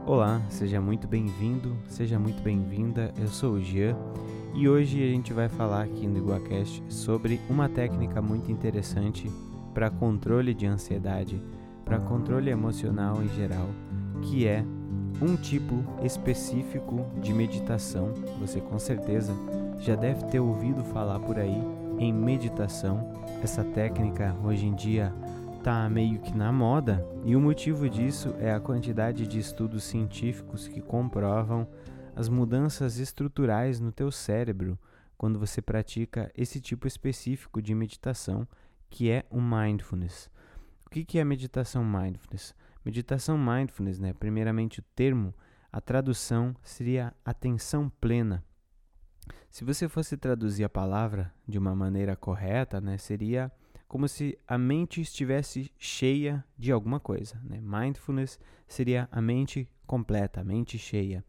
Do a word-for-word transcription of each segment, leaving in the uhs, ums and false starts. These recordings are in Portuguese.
Olá, seja muito bem-vindo, seja muito bem-vinda, eu sou o Jean e hoje a gente vai falar aqui no Iguacast sobre uma técnica muito interessante para controle de ansiedade, para controle emocional em geral, que é um tipo específico de meditação. Você com certeza já deve ter ouvido falar por aí em meditação. Essa técnica hoje em dia está meio que na moda, e o motivo disso é a quantidade de estudos científicos que comprovam as mudanças estruturais no teu cérebro quando você pratica esse tipo específico de meditação, que é o mindfulness. O que que é meditação mindfulness? Meditação mindfulness, né? Primeiramente o termo, a tradução seria atenção plena. Se você fosse traduzir a palavra de uma maneira correta, né, seria como se a mente estivesse cheia de alguma coisa, né? Mindfulness seria a mente completa, a mente cheia.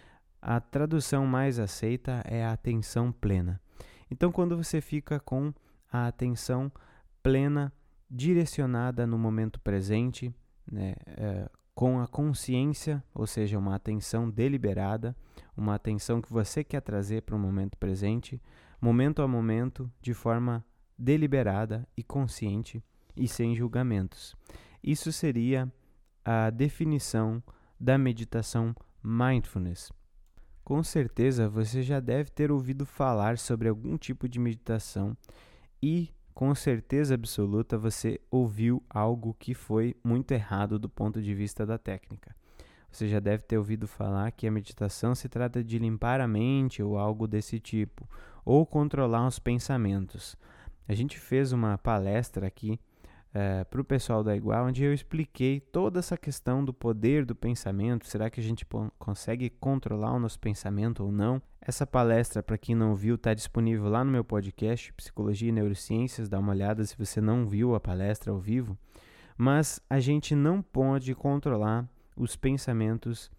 A tradução mais aceita é a atenção plena. Então, quando você fica com a atenção plena direcionada no momento presente, né, é, com a consciência, ou seja, uma atenção deliberada, uma atenção que você quer trazer para o momento presente, momento a momento, de forma deliberada e consciente e sem julgamentos. Isso seria a definição da meditação mindfulness. Com certeza você já deve ter ouvido falar sobre algum tipo de meditação e com certeza absoluta você ouviu algo que foi muito errado do ponto de vista da técnica. Você já deve ter ouvido falar que a meditação se trata de limpar a mente ou algo desse tipo, ou controlar os pensamentos. A gente fez uma palestra aqui uh, para o pessoal da Igual, onde eu expliquei toda essa questão do poder do pensamento. Será que a gente p- consegue controlar o nosso pensamento ou não? Essa palestra, para quem não viu, está disponível lá no meu podcast, Psicologia e Neurociências. Dá uma olhada se você não viu a palestra ao vivo. Mas a gente não pode controlar os pensamentos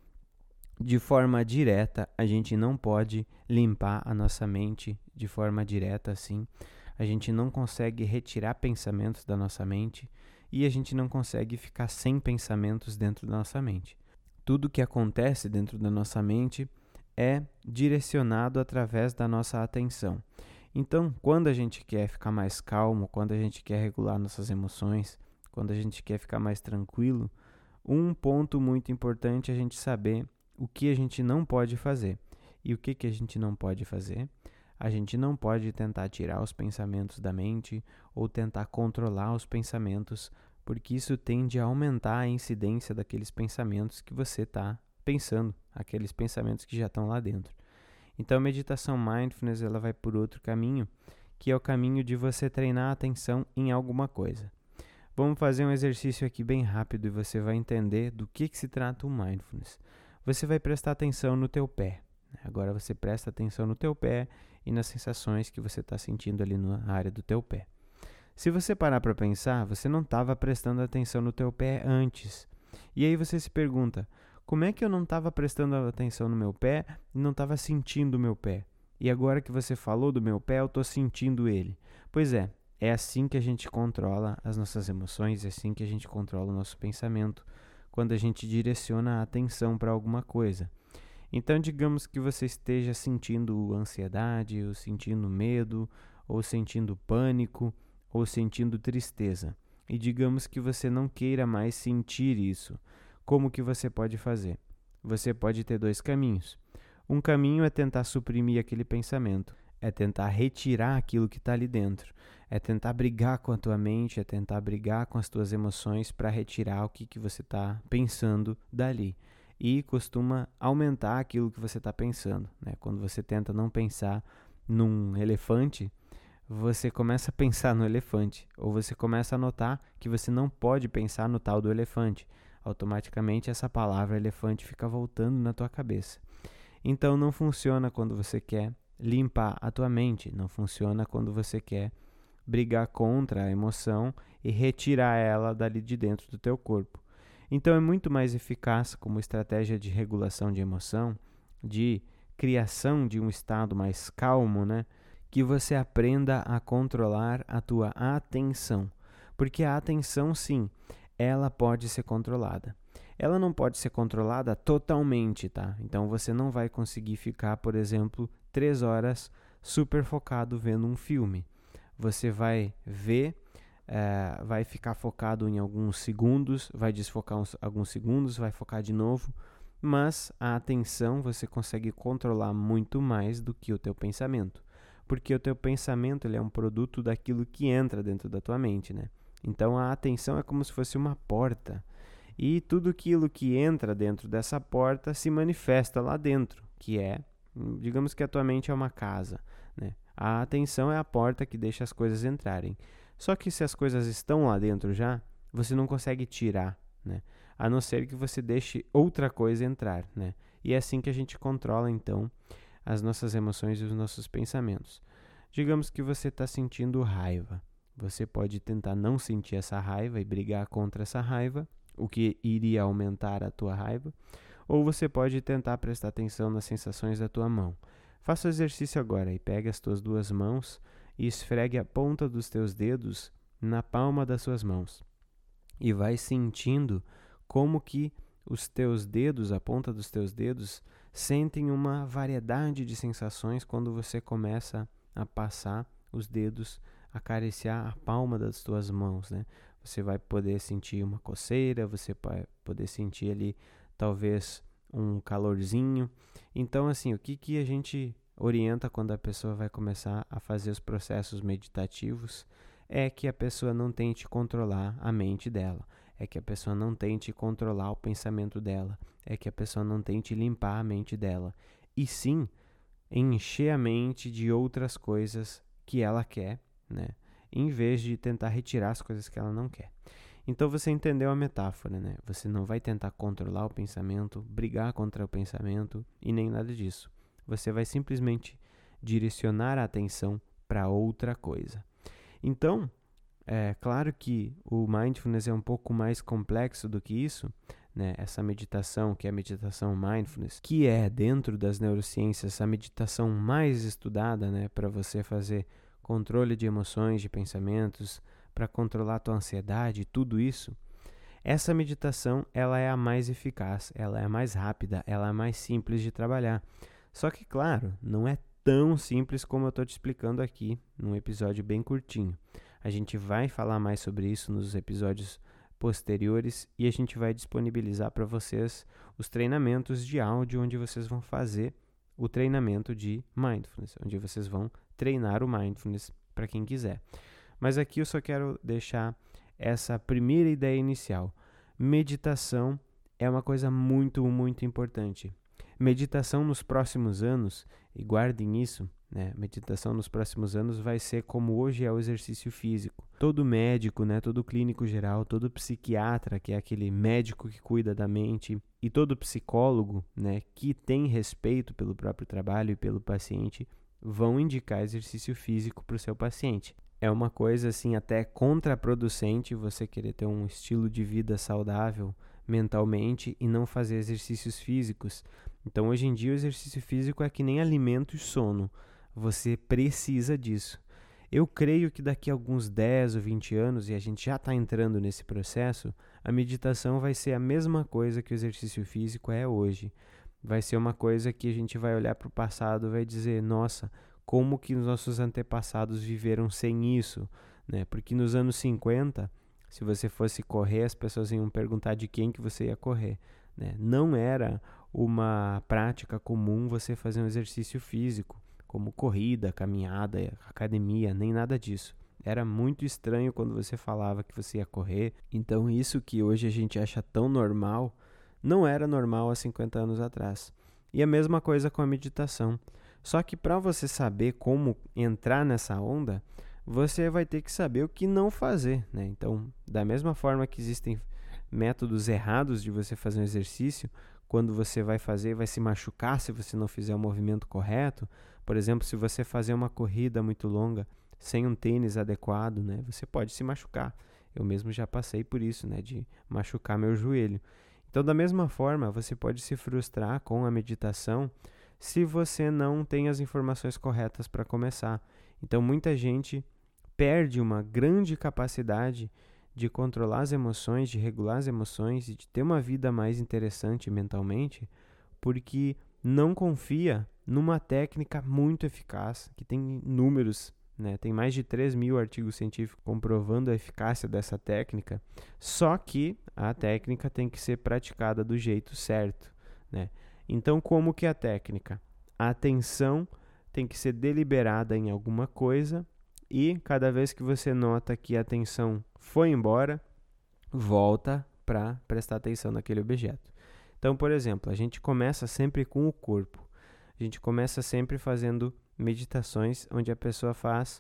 de forma direta. A gente não pode limpar a nossa mente de forma direta assim. A gente não consegue retirar pensamentos da nossa mente e a gente não consegue ficar sem pensamentos dentro da nossa mente. Tudo que acontece dentro da nossa mente é direcionado através da nossa atenção. Então, quando a gente quer ficar mais calmo, quando a gente quer regular nossas emoções, quando a gente quer ficar mais tranquilo, um ponto muito importante é a gente saber o que a gente não pode fazer. E o que, que a gente não pode fazer? A gente não pode tentar tirar os pensamentos da mente ou tentar controlar os pensamentos, porque isso tende a aumentar a incidência daqueles pensamentos que você está pensando, aqueles pensamentos que já estão lá dentro. Então a meditação mindfulness ela vai por outro caminho, que é o caminho de você treinar a atenção em alguma coisa. Vamos fazer um exercício aqui bem rápido e você vai entender do que, que se trata o mindfulness. Você vai prestar atenção no teu pé. Agora você presta atenção no teu pé e nas sensações que você está sentindo ali na área do teu pé. Se você parar para pensar, você não estava prestando atenção no teu pé antes. E aí você se pergunta, como é que eu não estava prestando atenção no meu pé e não estava sentindo o meu pé? E agora que você falou do meu pé, eu estou sentindo ele. Pois é, é assim que a gente controla as nossas emoções, é assim que a gente controla o nosso pensamento, quando a gente direciona a atenção para alguma coisa. Então, digamos que você esteja sentindo ansiedade, ou sentindo medo, ou sentindo pânico, ou sentindo tristeza. E digamos que você não queira mais sentir isso. Como que você pode fazer? Você pode ter dois caminhos. Um caminho é tentar suprimir aquele pensamento, é tentar retirar aquilo que está ali dentro, é tentar brigar com a tua mente, é tentar brigar com as tuas emoções para retirar o que, que você está pensando dali. E costuma aumentar aquilo que você está pensando, né? Quando você tenta não pensar num elefante, você começa a pensar no elefante, ou você começa a notar que você não pode pensar no tal do elefante. Automaticamente essa palavra elefante fica voltando na tua cabeça. Então não funciona quando você quer limpar a tua mente, não funciona quando você quer brigar contra a emoção e retirar ela dali de dentro do teu corpo. Então é muito mais eficaz como estratégia de regulação de emoção, de criação de um estado mais calmo, né? Que você aprenda a controlar a tua atenção. Porque a atenção, sim, ela pode ser controlada. ela não pode ser controlada totalmente, tá? Então você não vai conseguir ficar, por exemplo, três horas super focado vendo um filme. Você vai ver, é, vai ficar focado em alguns segundos, vai desfocar uns, alguns segundos, vai focar de novo, mas a atenção você consegue controlar muito mais do que o teu pensamento, porque o teu pensamento ele é um produto daquilo que entra dentro da tua mente, né? Então a atenção é como se fosse uma porta, e tudo aquilo que entra dentro dessa porta se manifesta lá dentro, que é, digamos que a tua mente é uma casa, né? A atenção é a porta que deixa as coisas entrarem. Só que se as coisas estão lá dentro já, você não consegue tirar, né? A não ser que você deixe outra coisa entrar, né? E é assim que a gente controla, então, as nossas emoções e os nossos pensamentos. Digamos que você está sentindo raiva. Você pode tentar não sentir essa raiva e brigar contra essa raiva, o que iria aumentar a tua raiva, ou você pode tentar prestar atenção nas sensações da tua mão. Faça o exercício agora e pegue as tuas duas mãos e esfregue a ponta dos teus dedos na palma das suas mãos. E vai sentindo como que os teus dedos, a ponta dos teus dedos, sentem uma variedade de sensações quando você começa a passar os dedos, acariciar a palma das tuas mãos, né? Você vai poder sentir uma coceira, você vai poder sentir ali talvez um calorzinho. Então, assim, o que, que a gente orienta quando a pessoa vai começar a fazer os processos meditativos é que a pessoa não tente controlar a mente dela, é que a pessoa não tente controlar o pensamento dela, é que a pessoa não tente limpar a mente dela, e sim encher a mente de outras coisas que ela quer, né? Em vez de tentar retirar as coisas que ela não quer. Então você entendeu a metáfora, né? Você não vai tentar controlar o pensamento, brigar contra o pensamento e nem nada disso. Você vai simplesmente direcionar a atenção para outra coisa. Então, é claro que o mindfulness é um pouco mais complexo do que isso, né? Essa meditação, que é a meditação mindfulness, que é, dentro das neurociências, a meditação mais estudada, né? Para você fazer controle de emoções, de pensamentos, para controlar a tua ansiedade, tudo isso. Essa meditação, ela é a mais eficaz, ela é a mais rápida, ela é a mais simples de trabalhar. Só que, claro, não é tão simples como eu estou te explicando aqui, num episódio bem curtinho. A gente vai falar mais sobre isso nos episódios posteriores e a gente vai disponibilizar para vocês os treinamentos de áudio onde vocês vão fazer o treinamento de mindfulness, onde vocês vão treinar o mindfulness para quem quiser. Mas aqui eu só quero deixar essa primeira ideia inicial. Meditação é uma coisa muito, muito importante. Meditação nos próximos anos, e guardem isso, né? Meditação nos próximos anos vai ser como hoje é o exercício físico. Todo médico, né? Todo clínico geral, todo psiquiatra, que é aquele médico que cuida da mente, e todo psicólogo, né? Que tem respeito pelo próprio trabalho e pelo paciente, vão indicar exercício físico para o seu paciente. É uma coisa assim até contraproducente você querer ter um estilo de vida saudável mentalmente e não fazer exercícios físicos. Então hoje em dia o exercício físico é que nem alimento e sono. Você precisa disso. Eu creio que daqui a alguns dez ou vinte anos, e a gente já está entrando nesse processo, a meditação vai ser a mesma coisa que o exercício físico é hoje. Vai ser uma coisa que a gente vai olhar para o passado e vai dizer, nossa, como que os nossos antepassados viveram sem isso, né? Porque nos anos cinquenta, se você fosse correr, as pessoas iam perguntar de quem que você ia correr, né? Não era uma prática comum você fazer um exercício físico, como corrida, caminhada, academia, nem nada disso. Era muito estranho quando você falava que você ia correr. Então isso que hoje a gente acha tão normal, não era normal há cinquenta anos atrás. E a mesma coisa com a meditação. Só que para você saber como entrar nessa onda, você vai ter que saber o que não fazer, né? Então, da mesma forma que existem métodos errados de você fazer um exercício, quando você vai fazer, vai se machucar se você não fizer o movimento correto. Por exemplo, se você fazer uma corrida muito longa sem um tênis adequado, né? Você pode se machucar. Eu mesmo já passei por isso, né? De machucar meu joelho. Então, da mesma forma, você pode se frustrar com a meditação se você não tem as informações corretas para começar. Então, muita gente perde uma grande capacidade de controlar as emoções, de regular as emoções e de ter uma vida mais interessante mentalmente, porque não confia numa técnica muito eficaz, que tem números, né? Tem mais de três mil artigos científicos comprovando a eficácia dessa técnica, só que a técnica tem que ser praticada do jeito certo, né? Então, como que é a técnica? A atenção tem que ser deliberada em alguma coisa e cada vez que você nota que a atenção foi embora, volta para prestar atenção naquele objeto. Então, por exemplo, a gente começa sempre com o corpo. A gente começa sempre fazendo meditações onde a pessoa faz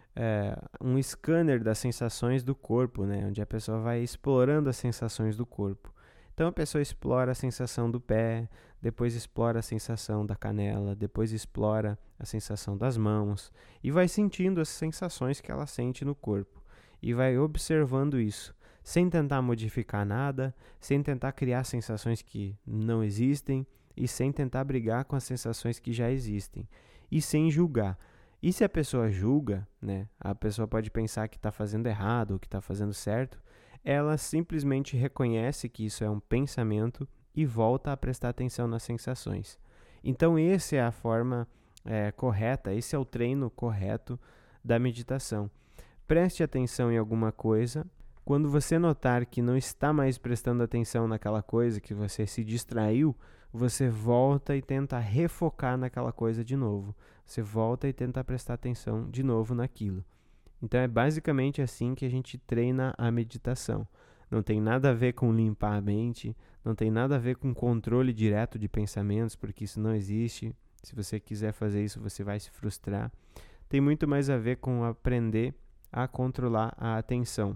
é, um scanner das sensações do corpo, né? Onde a pessoa vai explorando as sensações do corpo. Então a pessoa explora a sensação do pé, depois explora a sensação da canela, depois explora a sensação das mãos e vai sentindo as sensações que ela sente no corpo e vai observando isso, sem tentar modificar nada, sem tentar criar sensações que não existem e sem tentar brigar com as sensações que já existem e sem julgar. E se a pessoa julga, né, a pessoa pode pensar que está fazendo errado ou que está fazendo certo, ela simplesmente reconhece que isso é um pensamento e volta a prestar atenção nas sensações. Então, essa é a forma é, correta, esse é o treino correto da meditação. Preste atenção em alguma coisa. Quando você notar que não está mais prestando atenção naquela coisa, que você se distraiu, você volta e tenta refocar naquela coisa de novo. Você volta e tenta prestar atenção de novo naquilo. Então é basicamente assim que a gente treina a meditação. Não tem nada a ver com limpar a mente, não tem nada a ver com controle direto de pensamentos, porque isso não existe. Se você quiser fazer isso, você vai se frustrar. Tem muito mais a ver com aprender a controlar a atenção.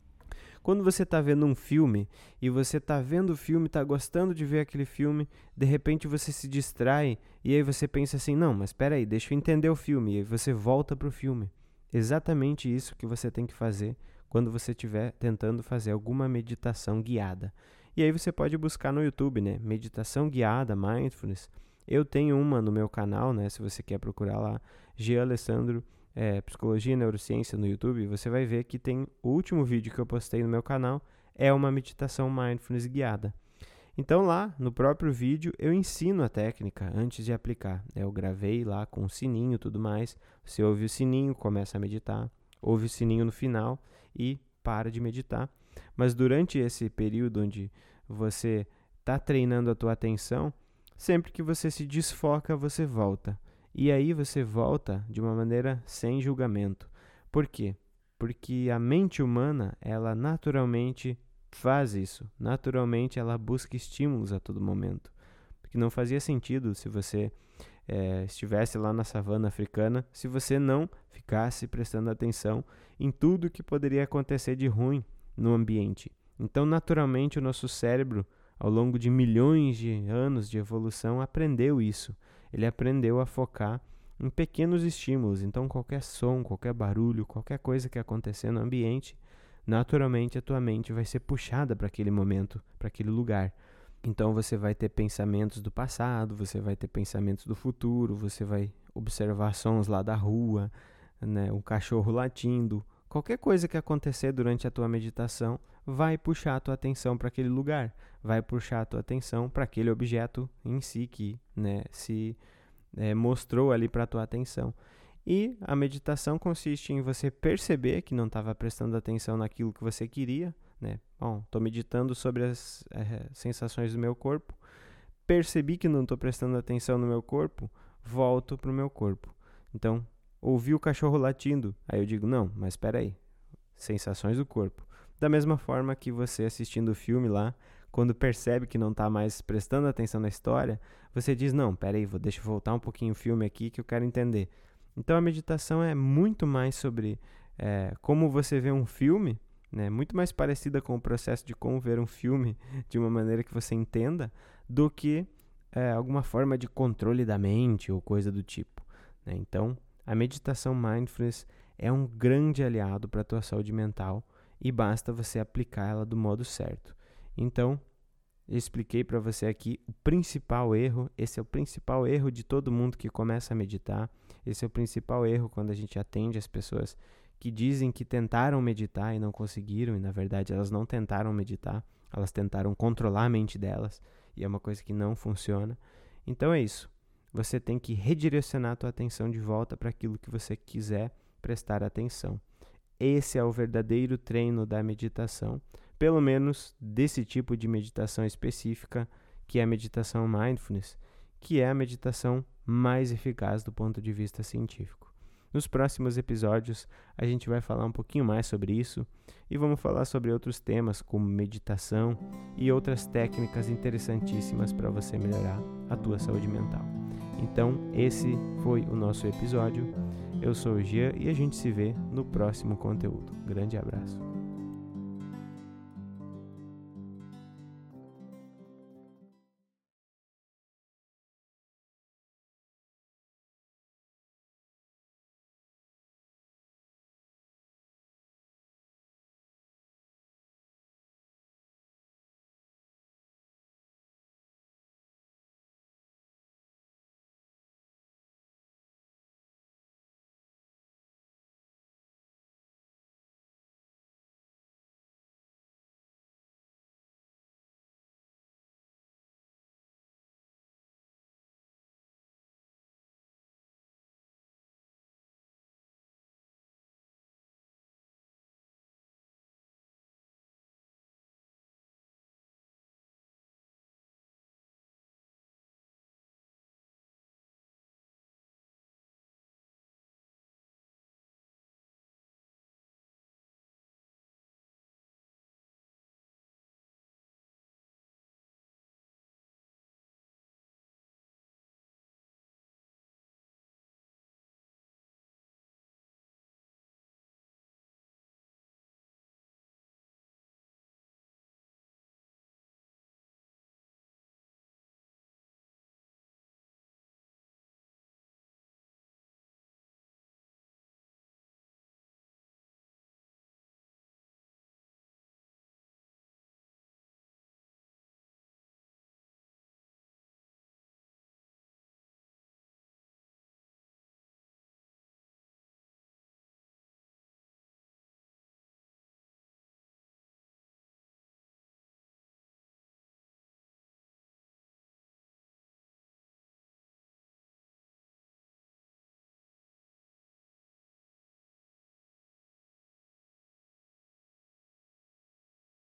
Quando você está vendo um filme e você está vendo o filme, está gostando de ver aquele filme, de repente você se distrai e aí você pensa assim, não, mas espera aí, deixa eu entender o filme, e aí você volta para o filme. Exatamente isso que você tem que fazer quando você estiver tentando fazer alguma meditação guiada. E aí você pode buscar no YouTube, né? Meditação guiada, Mindfulness. Eu tenho uma no meu canal, né? Se você quer procurar lá, G. Alessandro, é, Psicologia e Neurociência no YouTube, você vai ver que tem o último vídeo que eu postei no meu canal, é uma meditação Mindfulness guiada. Então lá, no próprio vídeo, eu ensino a técnica antes de aplicar. Eu gravei lá com o sininho e tudo mais. Você ouve o sininho, começa a meditar. Ouve o sininho no final e para de meditar. Mas durante esse período onde você está treinando a tua atenção, sempre que você se desfoca, você volta. E aí você volta de uma maneira sem julgamento. Por quê? Porque a mente humana, ela naturalmente faz isso. Naturalmente, ela busca estímulos a todo momento. Porque não fazia sentido se você é, estivesse lá na savana africana, se você não ficasse prestando atenção em tudo que poderia acontecer de ruim no ambiente. Então, naturalmente, o nosso cérebro, ao longo de milhões de anos de evolução, aprendeu isso. Ele aprendeu a focar em pequenos estímulos. Então, qualquer som, qualquer barulho, qualquer coisa que acontecer no ambiente, naturalmente a tua mente vai ser puxada para aquele momento, para aquele lugar. Então você vai ter pensamentos do passado, você vai ter pensamentos do futuro, você vai observar sons lá da rua, né, um cachorro latindo. Qualquer coisa que acontecer durante a tua meditação vai puxar a tua atenção para aquele lugar, vai puxar a tua atenção para aquele objeto em si que, né, se é, mostrou ali para a tua atenção. E a meditação consiste em você perceber que não estava prestando atenção naquilo que você queria, né? Bom, estou meditando sobre as é, sensações do meu corpo, percebi que não estou prestando atenção no meu corpo, volto para o meu corpo. Então, ouvi o cachorro latindo, aí eu digo, não, mas espera aí, sensações do corpo. Da mesma forma que você assistindo o filme lá, quando percebe que não está mais prestando atenção na história, você diz, não, espera aí, vou, deixa eu voltar um pouquinho o filme aqui que eu quero entender. Então a meditação é muito mais sobre é, como você vê um filme, né, muito mais parecida com o processo de como ver um filme de uma maneira que você entenda, do que é, alguma forma de controle da mente ou coisa do tipo, né? Então a meditação Mindfulness é um grande aliado para a tua saúde mental e basta você aplicar ela do modo certo. Então, eu expliquei para você aqui o principal erro, esse é o principal erro de todo mundo que começa a meditar, esse é o principal erro quando a gente atende as pessoas que dizem que tentaram meditar e não conseguiram, e na verdade elas não tentaram meditar, elas tentaram controlar a mente delas, e é uma coisa que não funciona. Então é isso, você tem que redirecionar a tua atenção de volta para aquilo que você quiser prestar atenção. Esse é o verdadeiro treino da meditação, pelo menos desse tipo de meditação específica, que é a meditação mindfulness, que é a meditação mais eficaz do ponto de vista científico. Nos próximos episódios, a gente vai falar um pouquinho mais sobre isso e vamos falar sobre outros temas como meditação e outras técnicas interessantíssimas para você melhorar a tua saúde mental. Então, esse foi o nosso episódio. Eu sou o Jean e a gente se vê no próximo conteúdo. Grande abraço.